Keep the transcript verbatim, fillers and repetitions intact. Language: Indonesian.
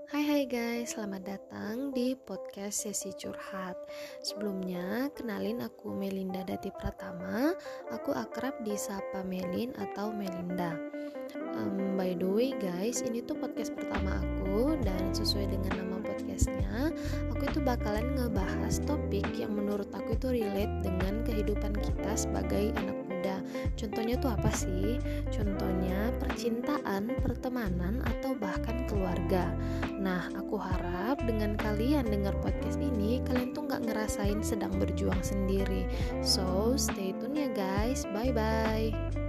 Hai hai guys, selamat datang di podcast Sesi Curhat. Sebelumnya, kenalin aku Melinda Dati Pratama. Aku akrab disapa Melin atau Melinda. um, By the way guys, ini tuh podcast pertama aku. Dan sesuai dengan nama podcastnya, aku itu bakalan ngebahas topik yang menurut aku itu relate dengan kehidupan kita sebagai anak muda. Contohnya tuh apa sih? Contohnya percintaan, pertemanan, atau bahkan keluarga. Nah, aku harap dengan kalian dengar podcast ini, kalian tuh gak ngerasain sedang berjuang sendiri. So, stay tune ya guys. Bye-bye.